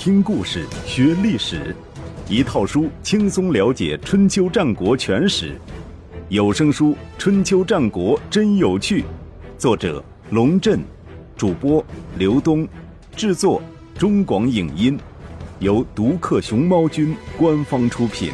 听故事学历史，一套书轻松了解春秋战国全史。有声书《春秋战国真有趣》，作者龙震，主播刘东，制作中广影音，由独克熊猫君官方出品。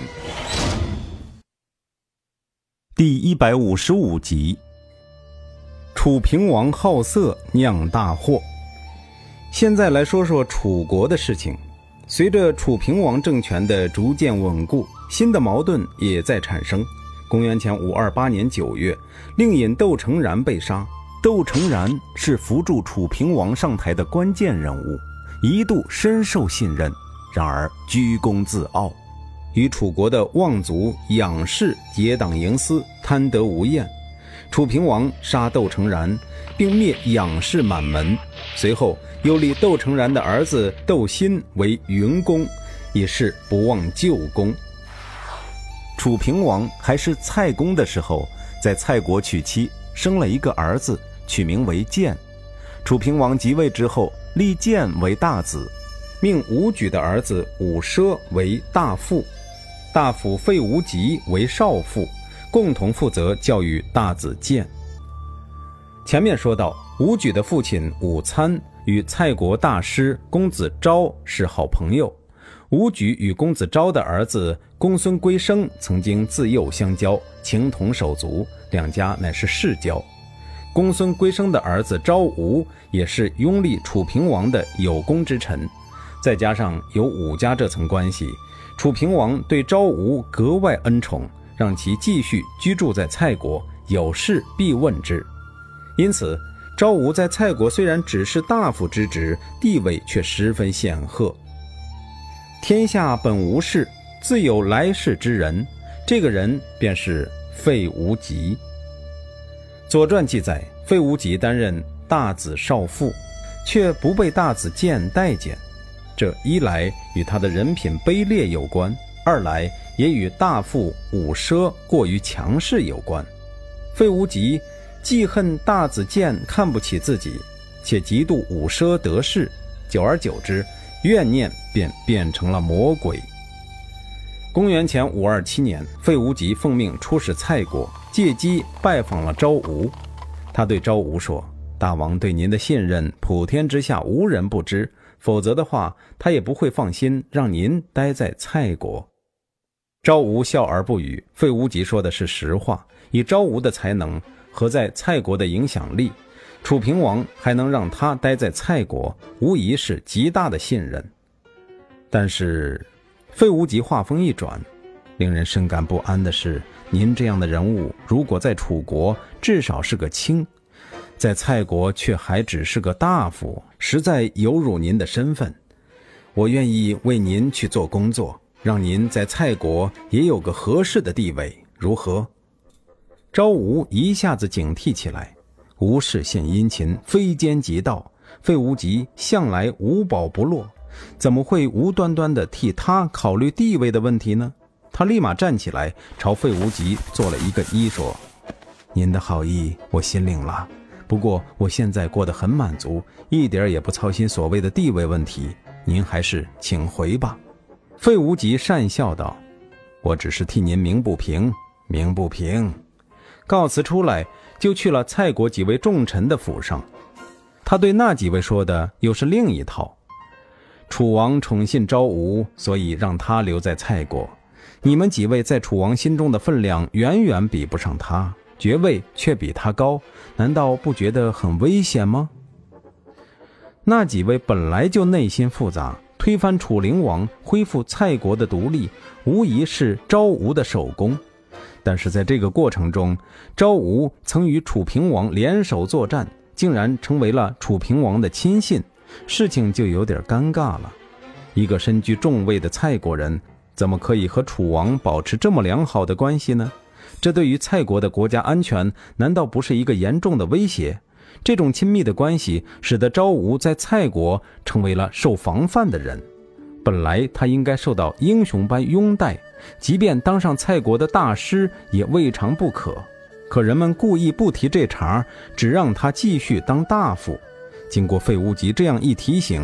第155集，楚平王好色酿大祸。现在来说说楚国的事情。随着楚平王政权的逐渐稳固，新的矛盾也在产生。公元前528年9月，令尹窦成然被杀。窦成然是扶助楚平王上台的关键人物，一度深受信任，然而居功自傲，与楚国的望族养氏结党营私，贪得无厌。楚平王杀窦成然，并灭养氏满门，随后又立窦成然的儿子窦辛为云公，以示不忘旧功。楚平王还是蔡公的时候，在蔡国娶妻，生了一个儿子，取名为建。楚平王即位之后，立建为大子，命武举的儿子武奢为大父，大夫费无极为少父，共同负责教育大子建。前面说到，武举的父亲武参与蔡国大师公子昭是好朋友。武举与公子昭的儿子公孙归生曾经自幼相交，情同手足，两家乃是世交。公孙归生的儿子昭吴也是拥立楚平王的有功之臣，再加上有武家这层关系，楚平王对昭吴格外恩宠，让其继续居住在蔡国，有事必问之。因此昭吴在蔡国虽然只是大夫之职，地位却十分显赫。天下本无事，自有来世之人，这个人便是费无极。左传记载，费无极担任大子少傅，却不被大子建待见，这一来与他的人品卑劣有关，二来也与大父武奢过于强势有关。费无极既恨大子建看不起自己，且嫉妒武奢得势，久而久之，怨念便变成了魔鬼。公元前527年，费无极奉命出使蔡国，借机拜访了昭吴。他对昭吴说，大王对您的信任普天之下无人不知，否则的话他也不会放心让您待在蔡国。昭吴笑而不语，费无极说的是实话，以昭吴的才能和在蔡国的影响力，楚平王还能让他待在蔡国，无疑是极大的信任。但是费无极话锋一转，令人深感不安的是，您这样的人物如果在楚国至少是个卿，在蔡国却还只是个大夫，实在有辱您的身份。我愿意为您去做工作，让您在蔡国也有个合适的地位，如何？昭吴一下子警惕起来，吴氏献殷勤，非奸即盗，费无极向来无宝不落，怎么会无端端地替他考虑地位的问题呢？他立马站起来，朝费无极做了一个揖，说，您的好意我心领了，不过我现在过得很满足，一点也不操心所谓的地位问题，您还是请回吧。费无极讪笑道，我只是替您鸣不平，鸣不平。告辞出来，就去了蔡国几位重臣的府上。他对那几位说的又是另一套。楚王宠信昭吴，所以让他留在蔡国，你们几位在楚王心中的分量远远比不上他，爵位却比他高，难道不觉得很危险吗？那几位本来就内心复杂，推翻楚灵王，恢复蔡国的独立，无疑是昭吴的首功。但是在这个过程中，昭吴曾与楚平王联手作战，竟然成为了楚平王的亲信，事情就有点尴尬了。一个身居重位的蔡国人，怎么可以和楚王保持这么良好的关系呢？这对于蔡国的国家安全，难道不是一个严重的威胁？这种亲密的关系，使得昭吴在蔡国成为了受防范的人。本来他应该受到英雄般拥戴，即便当上蔡国的大师也未尝不可，可人们故意不提这茬，只让他继续当大夫。经过费无极这样一提醒，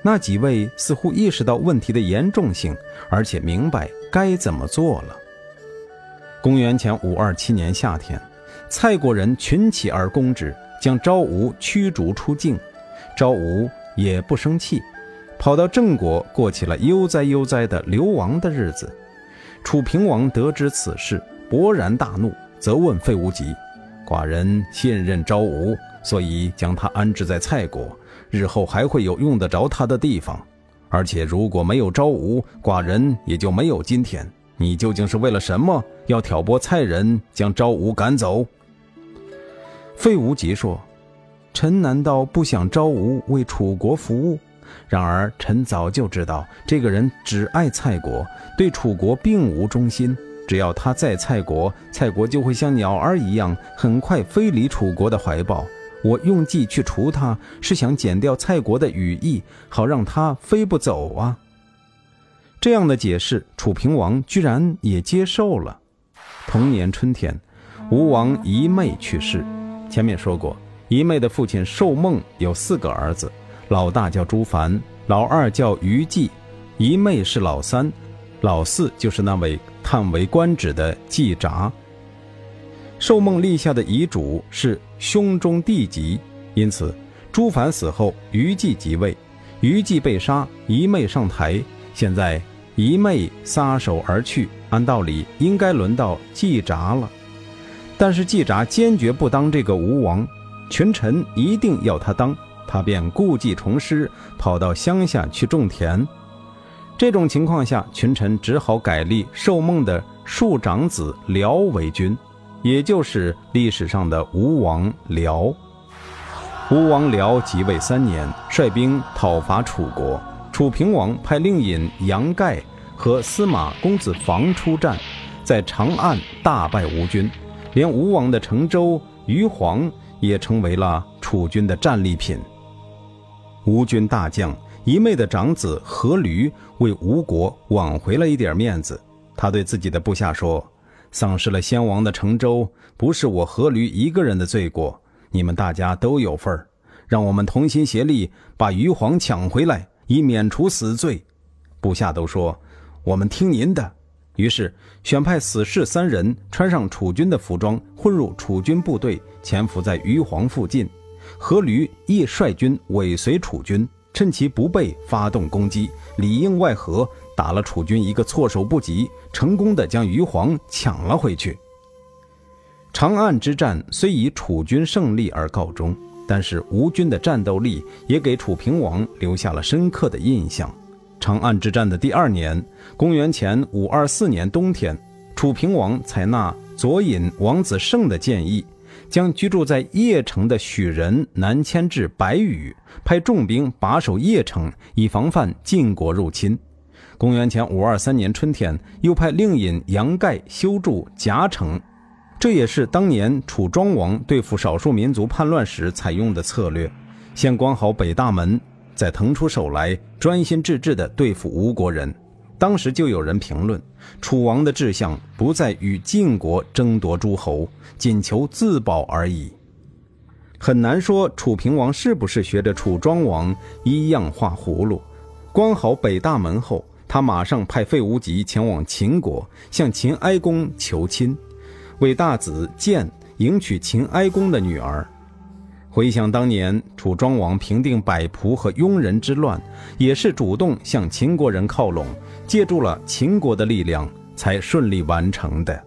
那几位似乎意识到问题的严重性，而且明白该怎么做了。公元前527年夏天，蔡国人群起而攻之，将昭武驱逐出境。昭武也不生气，跑到郑国过起了悠哉悠哉的流亡的日子。楚平王得知此事，勃然大怒，责问费无极：寡人信任昭武，所以将他安置在蔡国，日后还会有用得着他的地方。而且如果没有昭武，寡人也就没有今天。你究竟是为了什么要挑拨蔡人将昭武赶走？费无极说：臣难道不想昭武为楚国服务？然而臣早就知道这个人只爱蔡国，对楚国并无忠心。只要他在蔡国，蔡国就会像鸟儿一样很快飞离楚国的怀抱。我用计去除他，是想减掉蔡国的羽翼，好让他飞不走啊。这样的解释，楚平王居然也接受了。同年春天，吴王仪妹去世。前面说过，仪妹的父亲寿梦有4个儿子，老大叫朱凡，老二叫于季，仪妹是老三，老4就是那位叹为观止的季札。寿梦立下的遗嘱是兄终弟及，因此朱凡死后，于季即位，于季被杀，仪妹上台。现在仪妹撒手而去，按道理应该轮到季札了。但是季札坚决不当这个吴王，群臣一定要他当，他便故技重施，跑到乡下去种田。这种情况下，群臣只好改立寿梦的庶长子辽为君，也就是历史上的吴王辽。吴王辽即位3年，率兵讨伐楚国。楚平王派令尹杨盖和司马公子房出战，在长安大败吴军，连吴王的成舟于黄也成为了楚军的战利品。吴军大将仪妹的长子阖闾为吴国挽回了一点面子，他对自己的部下说：丧失了先王的成舟，不是我阖闾一个人的罪过，你们大家都有份儿，让我们同心协力把于黄抢回来，以免除死罪。部下都说我们听您的，于是选派死士3人，穿上楚军的服装，混入楚军部队，潜伏在于黄附近。阖闾亦率军尾随楚军，趁其不备发动攻击，里应外合，打了楚军一个措手不及，成功地将于黄抢了回去。长安之战虽以楚军胜利而告终，但是吴军的战斗力也给楚平王留下了深刻的印象。长安之战的第2年，公元前524年冬天，楚平王采纳左尹王子胜的建议，将居住在邺城的许人南迁至白羽，派重兵把守邺城，以防范晋国入侵。公元前523年春天，又派令尹杨盖修筑夹城，这也是当年楚庄王对付少数民族叛乱时采用的策略，先关好北大门，再腾出手来专心致志地对付吴国人。当时就有人评论，楚王的志向不在与晋国争夺诸侯，仅求自保而已。很难说楚平王是不是学着楚庄王一样画葫芦。关好北大门后，他马上派费无极前往秦国，向秦哀公求亲，为大子建迎娶秦哀公的女儿。回想当年楚庄王平定百仆和庸人之乱，也是主动向秦国人靠拢，借助了秦国的力量才顺利完成的。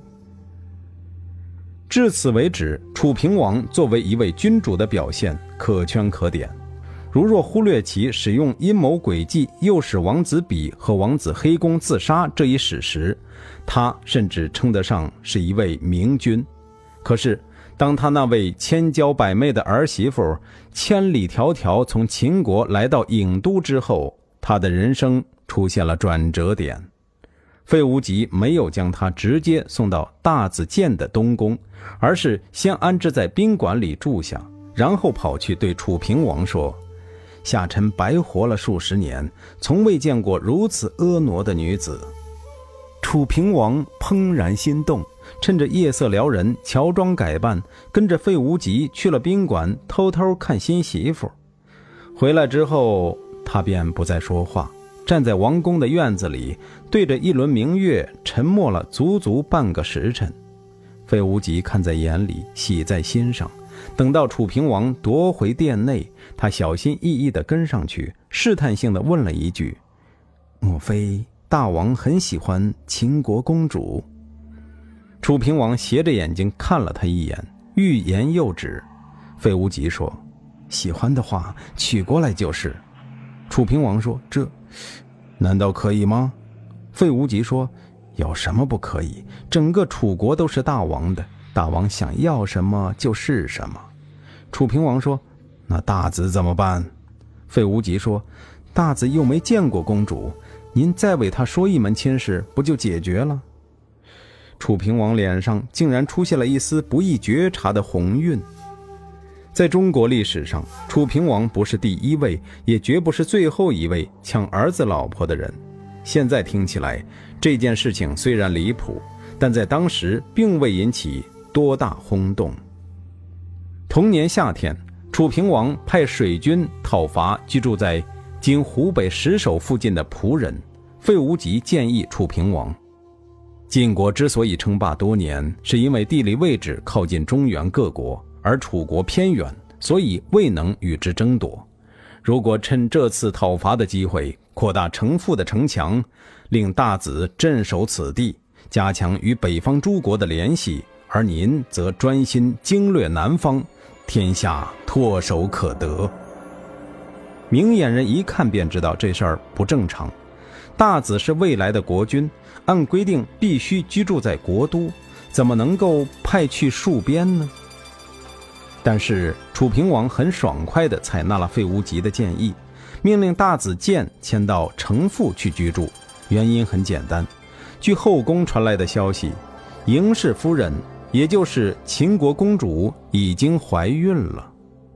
至此为止，楚平王作为一位君主的表现可圈可点。如若忽略其使用阴谋诡计诱使王子比和王子黑公自杀这一事实，他甚至称得上是一位明君。可是当他那位千娇百媚的儿媳妇千里迢迢从秦国来到郢都之后，他的人生出现了转折点。费无极没有将他直接送到大子建的东宫，而是先安置在宾馆里住下，然后跑去对楚平王说：下臣白活了数十年，从未见过如此婀娜的女子。楚平王怦然心动，趁着夜色撩人，乔装改扮，跟着费无极去了宾馆，偷偷看新媳妇。回来之后， 他便不再说话，站在王宫的院子里，对着一轮明月沉默了足足半个时辰。费无极看在眼里，喜在心上。等到楚平王夺回殿内，他小心翼翼地跟上去，试探性地问了一句：莫非大王很喜欢秦国公主？楚平王斜着眼睛看了他一眼，欲言又止。费无极说：喜欢的话娶过来就是。楚平王说：这难道可以吗？费无极说：有什么不可以？整个楚国都是大王的，大王想要什么就是什么。楚平王说：那大子怎么办？费无极说：大子又没见过公主，您再为他说一门亲事，不就解决了？楚平王脸上竟然出现了一丝不易觉察的红晕。在中国历史上，楚平王不是第一位，也绝不是最后一位抢儿子老婆的人。现在听起来，这件事情虽然离谱，但在当时并未引起多大轰动。同年夏天，楚平王派水军讨伐居住在今湖北石首附近的仆人。费无极建议楚平王，晋国之所以称霸多年，是因为地理位置靠近中原各国，而楚国偏远，所以未能与之争夺。如果趁这次讨伐的机会，扩大城父的城墙，令大子镇守此地，加强与北方诸国的联系，而您则专心经略南方，天下唾手可得。明眼人一看便知道这事儿不正常。大子是未来的国君，按规定必须居住在国都，怎么能够派去戍边呢？但是楚平王很爽快地采纳了费无极的建议，命令大子建迁到城父去居住。原因很简单，据后宫传来的消息，嬴氏夫人，也就是秦国公主，已经怀孕了。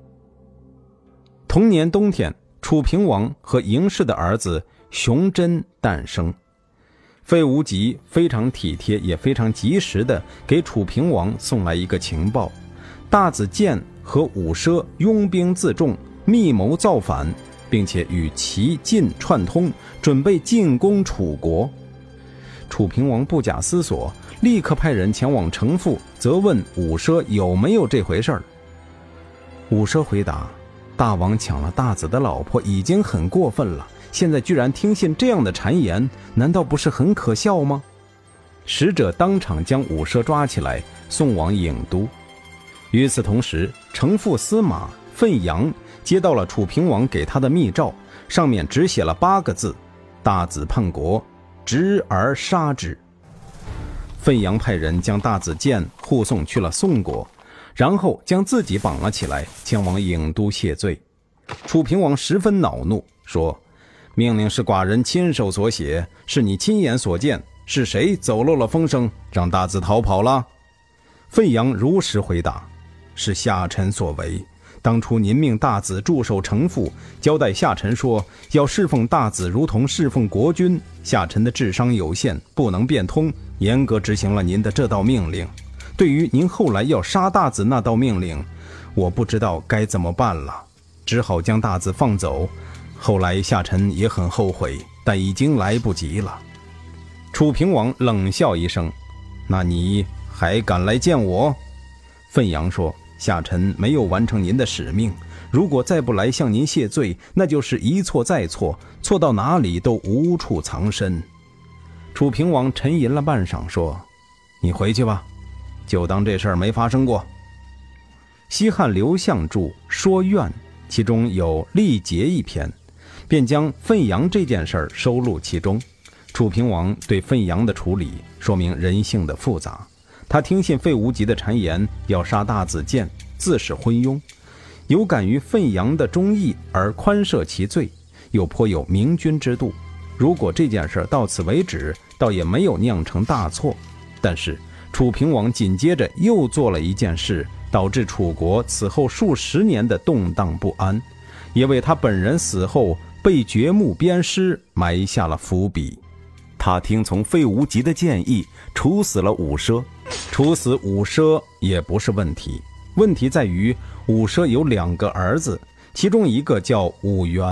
同年冬天，楚平王和嬴氏的儿子熊真诞生。费无极非常体贴也非常及时地给楚平王送来一个情报，大子建和伍奢拥兵自重，密谋造反，并且与齐晋串通，准备进攻楚国。楚平王不假思索，立刻派人前往城父，责问伍奢有没有这回事儿。伍奢回答：大王抢了大子的老婆已经很过分了，现在居然听信这样的谗言，难道不是很可笑吗？使者当场将伍奢抓起来，送往郢都。与此同时，城父司马奋阳接到了楚平王给他的密诏，上面只写了8个字：大子叛国，执而杀之。奋阳派人将大子建护送去了宋国，然后将自己绑了起来，前往郢都谢罪。楚平王十分恼怒，说：命令是寡人亲手所写，是你亲眼所见，是谁走漏了风声，让大子逃跑了？奋阳如实回答：是下臣所为。当初您命大子驻守城父，交代下臣说要侍奉大子如同侍奉国君，下臣的智商有限，不能变通，严格执行了您的这道命令。对于您后来要杀大子那道命令，我不知道该怎么办了，只好将大子放走。后来下臣也很后悔，但已经来不及了。楚平王冷笑一声：那你还敢来见我？奋阳说：下臣没有完成您的使命，如果再不来向您谢罪，那就是一错再错，错到哪里都无处藏身。楚平王沉吟了半晌，说：你回去吧，就当这事儿没发生过。西汉刘向著《说怨》，其中有历节一篇，便将奋阳这件事儿收录其中。楚平王对奋阳的处理说明人性的复杂，他听信费无极的谗言，要杀大子建，自是昏庸，有感于奋阳的忠义而宽赦其罪，又颇有明君之度。如果这件事到此为止，倒也没有酿成大错。但是楚平王紧接着又做了一件事，导致楚国此后数十年的动荡不安，也为他本人死后被掘墓鞭尸埋下了伏笔。他听从费无极的建议，处死了伍奢。处死伍奢也不是问题，问题在于伍奢有2个儿子，其中一个叫伍元，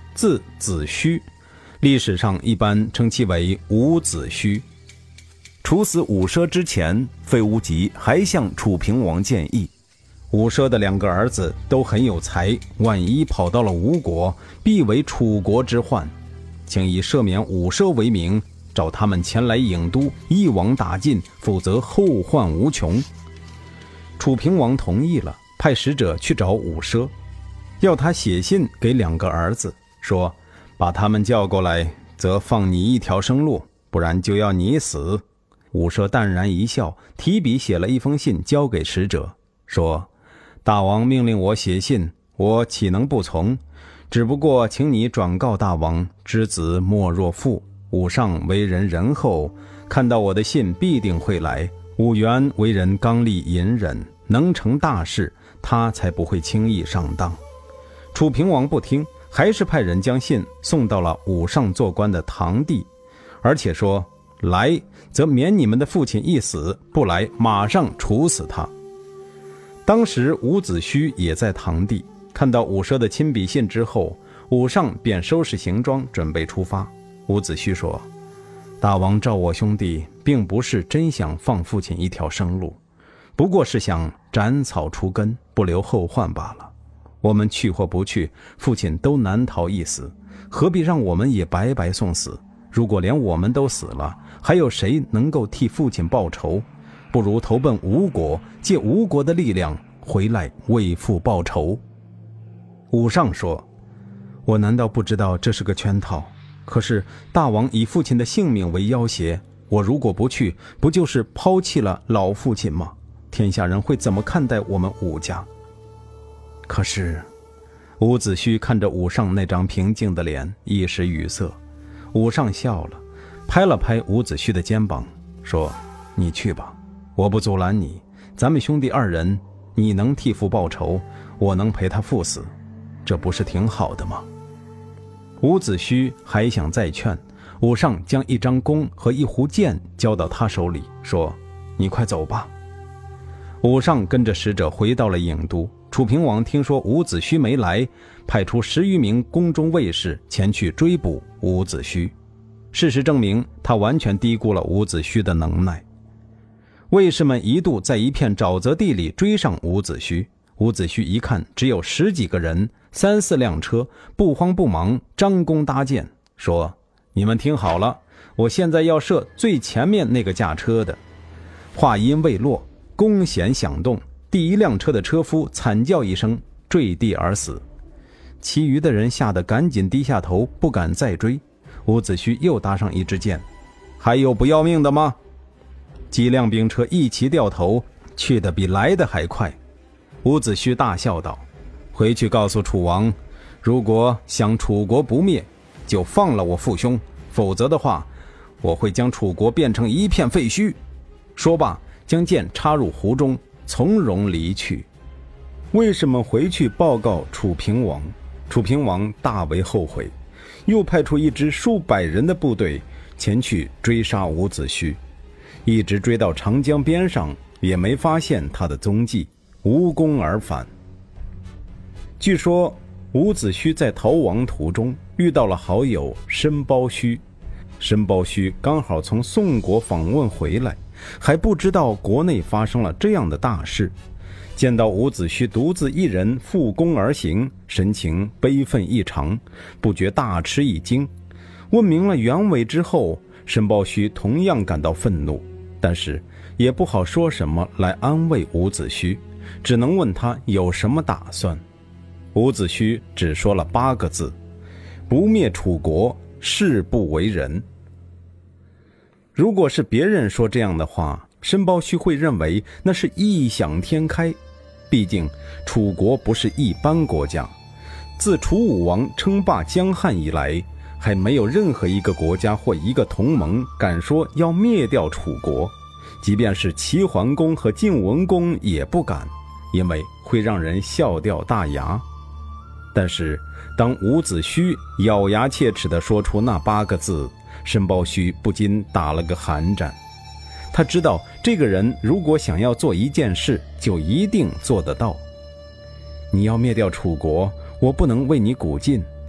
字子虚，历史上一般称其为伍子胥。处死伍奢之前，费无极还向楚平王建议，伍奢的2个儿子都很有才，万一跑到了吴国，必为楚国之患，请以赦免伍奢为名，找他们前来郢都，一网打尽，否则后患无穷。楚平王同意了，派使者去找伍奢，要他写信给2个儿子，说把他们叫过来，则放你一条生路，不然就要你死。伍奢淡然一笑，提笔写了一封信交给使者，说大王命令我写信，我岂能不从？只不过请你转告大王，知子莫若父，伍尚为人仁厚，看到我的信必定会来。伍元为人刚戾隐忍，能成大事，他才不会轻易上当。楚平王不听，还是派人将信送到了伍尚做官的堂弟，而且说来则免你们的父亲一死，不来马上处死他。当时伍子胥也在堂弟，看到伍奢的亲笔信之后，伍尚便收拾行装准备出发。伍子胥说，大王召我兄弟并不是真想放父亲一条生路，不过是想斩草除根，不留后患罢了。我们去或不去，父亲都难逃一死，何必让我们也白白送死？如果连我们都死了，还有谁能够替父亲报仇？不如投奔吴国，借吴国的力量回来为父报仇。伍尚说，我难道不知道这是个圈套？可是大王以父亲的性命为要挟，我如果不去，不就是抛弃了老父亲吗？天下人会怎么看待我们伍家？可是伍子胥看着伍尚那张平静的脸，一时语塞。伍尚笑了，拍了拍伍子胥的肩膀，说，你去吧，我不阻拦你，咱们兄弟2人，你能替父报仇，我能陪他赴死，这不是挺好的吗？伍子胥还想再劝，伍尚将一张弓和一壶箭交到他手里，说，你快走吧。伍尚跟着使者回到了郢都。楚平王听说伍子胥没来，派出10余名宫中卫士前去追捕伍子胥。事实证明，他完全低估了伍子胥的能耐。卫士们一度在一片沼泽地里追上伍子胥。伍子胥一看只有10几个人，3、4辆车，不慌不忙张弓搭箭，说，你们听好了，我现在要射最前面那个驾车的。话音未落，弓弦响动，第1辆车的车夫惨叫一声，坠地而死。其余的人吓得赶紧低下头，不敢再追。伍子胥又搭上一支箭，还有不要命的吗？几辆兵车一齐掉头，去得比来的还快。伍子胥大笑道，回去告诉楚王，如果想楚国不灭，就放了我父兄，否则的话，我会将楚国变成一片废墟。说罢，将剑插入壶中，从容离去。卫士们回去报告楚平王，楚平王大为后悔，又派出一支数百人的部队前去追杀伍子胥，一直追到长江边上，也没发现他的踪迹，无功而返。据说伍子胥在逃亡途中遇到了好友申包胥，申包胥刚好从宋国访问回来，还不知道国内发生了这样的大事，见到伍子胥独自一人负弓而行，神情悲愤异常，不觉大吃一惊。问明了原委之后，申包胥同样感到愤怒，但是也不好说什么来安慰伍子胥，只能问他有什么打算。伍子胥只说了8个字：不灭楚国，誓不为人。如果是别人说这样的话，申包胥会认为那是异想天开，毕竟楚国不是一般国家，自楚武王称霸江汉以来，还没有任何一个国家或一个同盟敢说要灭掉楚国，即便是齐桓公和晋文公也不敢，因为会让人笑掉大牙。但是当伍子胥咬牙切齿地说出那8个字，申包胥不禁打了个寒战。他知道这个人如果想要做一件事，就一定做得到。你要灭掉楚国，我不能为你鼓劲，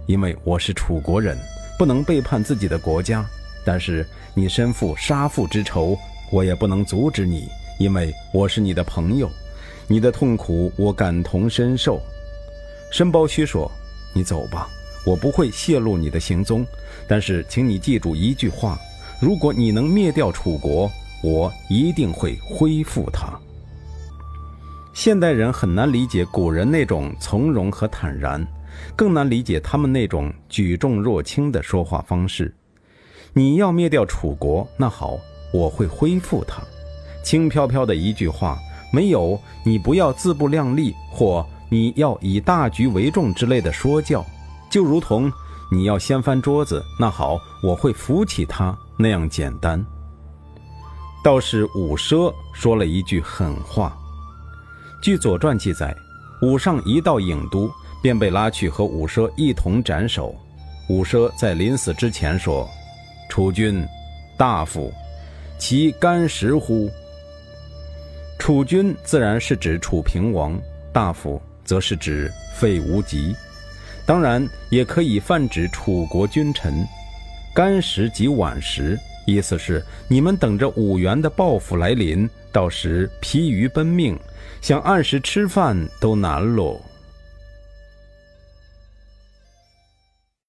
因为我是楚国人，不能背叛自己的国家。但是你身负杀父之仇，我也不能阻止你，因为我是你的朋友，你的痛苦我感同身受。申包胥说，你走吧，我不会泄露你的行踪，但是请你记住一句话，如果你能灭掉楚国，我一定会恢复它。现代人很难理解古人那种从容和坦然，更难理解他们那种举重若轻的说话方式。你要灭掉楚国，那好，我会恢复它。轻飘飘的一句话，没有你不要自不量力或你要以大局为重之类的说教，就如同你要掀翻桌子，那好，我会扶起它那样简单。道士伍奢说了一句狠话。据《左传》记载，伍尚一到郢都，便被拉去和伍奢一同斩首。伍奢在临死之前说，楚君大夫，其干食乎？楚君自然是指楚平王，大夫则是指费无极，当然也可以泛指楚国君臣。干食即晚食，意思是你们等着5元的报复来临，到时疲于奔命，想按时吃饭都难喽。